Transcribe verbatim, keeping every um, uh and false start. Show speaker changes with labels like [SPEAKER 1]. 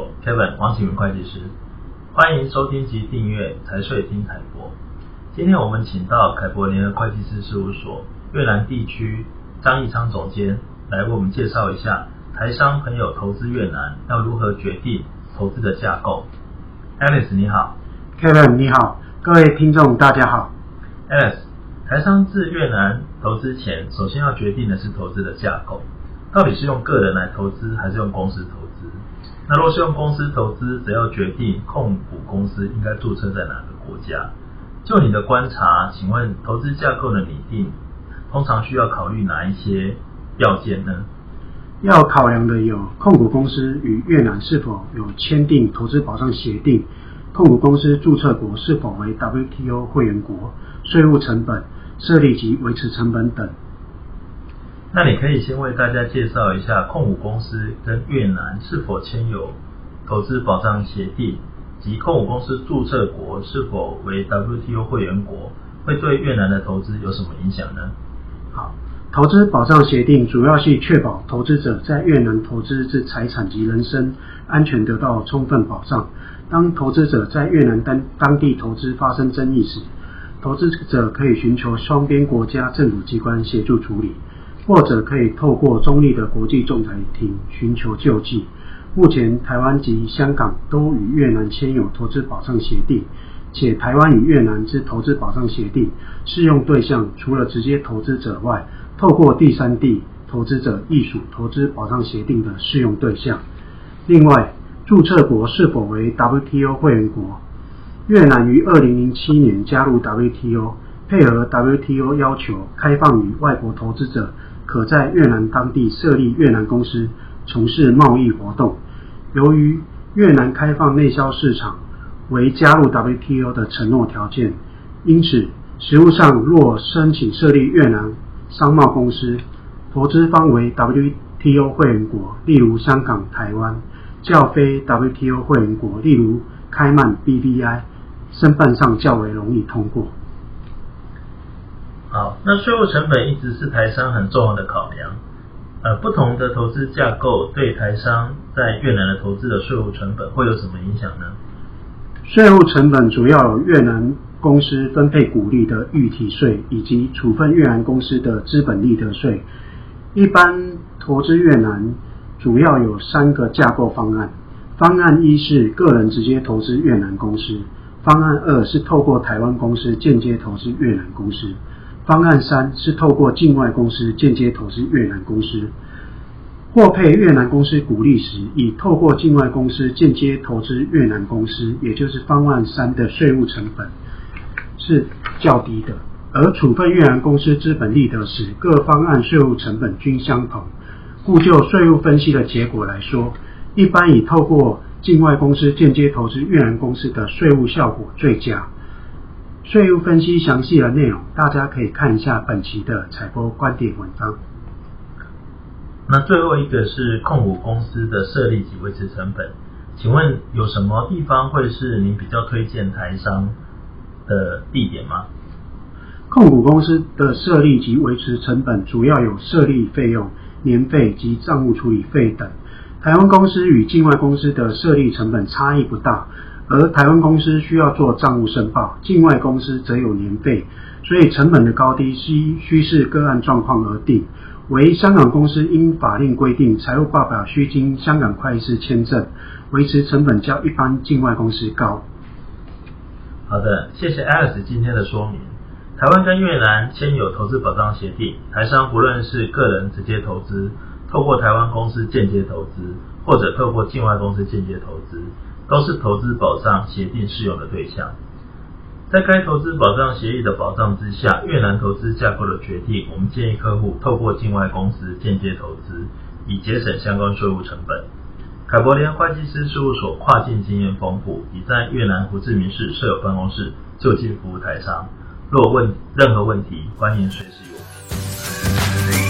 [SPEAKER 1] 所 Kevin 王启明会计师，欢迎收听及订阅财税听凯博。今天我们请到凯博联合会计师事务所越南地区张义昌总监来为我们介绍一下台商朋友投资越南要如何决定投资的架构。 Alice 你好。
[SPEAKER 2] Kevin 你好，各位听众大家好。
[SPEAKER 1] Alice， 台商至越南投资前首先要决定的是投资的架构，到底是用个人来投资还是用公司投资？那若是用公司投资，则要决定控股公司应该注册在哪个国家。就你的观察，请问投资架构的拟定通常需要考虑哪一些要件呢？
[SPEAKER 2] 要考量的有控股公司与越南是否有签订投资保障协定，控股公司注册国是否为 W T O 会员国，税务成本、设立及维持成本等。
[SPEAKER 1] 那你可以先为大家介绍一下控股公司跟越南是否签有投资保障协定，及控股公司注册国是否为 W T O 会员国，会对越南的投资有什么影响呢？
[SPEAKER 2] 好，投资保障协定主要是确保投资者在越南投资之财产及人身安全得到充分保障。当投资者在越南当当地投资发生争议时，投资者可以寻求双边国家政府机关协助处理，或者可以透过中立的国际仲裁庭寻求救济。目前台湾及香港都与越南签有投资保障协定，且台湾与越南之投资保障协定适用对象除了直接投资者外，透过第三地投资者亦属投资保障协定的适用对象。另外，注册国是否为 W T O 会员国？越南于二零零七年加入 W T O， 配合 W T O 要求开放与外国投资者可在越南当地设立越南公司，从事贸易活动。由于越南开放内销市场为加入 W T O 的承诺条件，因此实务上若申请设立越南商贸公司，投资方为 W T O 会员国，例如香港、台湾，较非 W T O 会员国，例如开曼、B V I， 申办上较为容易通过。
[SPEAKER 1] 好，那税务成本一直是台商很重要的考量。呃，不同的投资架构对台商在越南的投资的税务成本会有什么影响呢？
[SPEAKER 2] 税务成本主要有越南公司分配股利的预提税，以及处分越南公司的资本利得税。一般投资越南主要有三个架构方案。方案一是个人直接投资越南公司，方案二是透过台湾公司间接投资越南公司，方案三是透过境外公司间接投资越南公司。获配越南公司股利时，以透过境外公司间接投资越南公司，也就是方案三的税务成本是较低的。而处分越南公司资本利得时，各方案税务成本均相同，故就税务分析的结果来说，一般以透过境外公司间接投资越南公司的税务效果最佳。税务分析详细的内容，大家可以看一下本期的采播观点文章。
[SPEAKER 1] 那最后一个是控股公司的设立及维持成本，请问有什么地方会是您比较推荐台商的地点吗？
[SPEAKER 2] 控股公司的设立及维持成本主要有设立费用、年费及账务处理费等。台湾公司与境外公司的设立成本差异不大，而台湾公司需要做账务申报，境外公司则有年费，所以成本的高低需需视个案状况而定。为香港公司因法令规定，财务报表需经香港会计师签证，维持成本较一般境外公司高。
[SPEAKER 1] 好的，谢谢 Alice 今天的说明。台湾跟越南签有投资保障协定，台商不论是个人直接投资，透过台湾公司间接投资，或者透过境外公司间接投资，都是投资保障协定适用的对象。在该投资保障协议的保障之下，越南投资架构的决定，我们建议客户透过境外公司间接投资，以节省相关税务成本。凯博联会计师事务所跨境经验丰富，已在越南胡志明市设有办公室，就近服务台商。若问任何问题，欢迎随时与我们。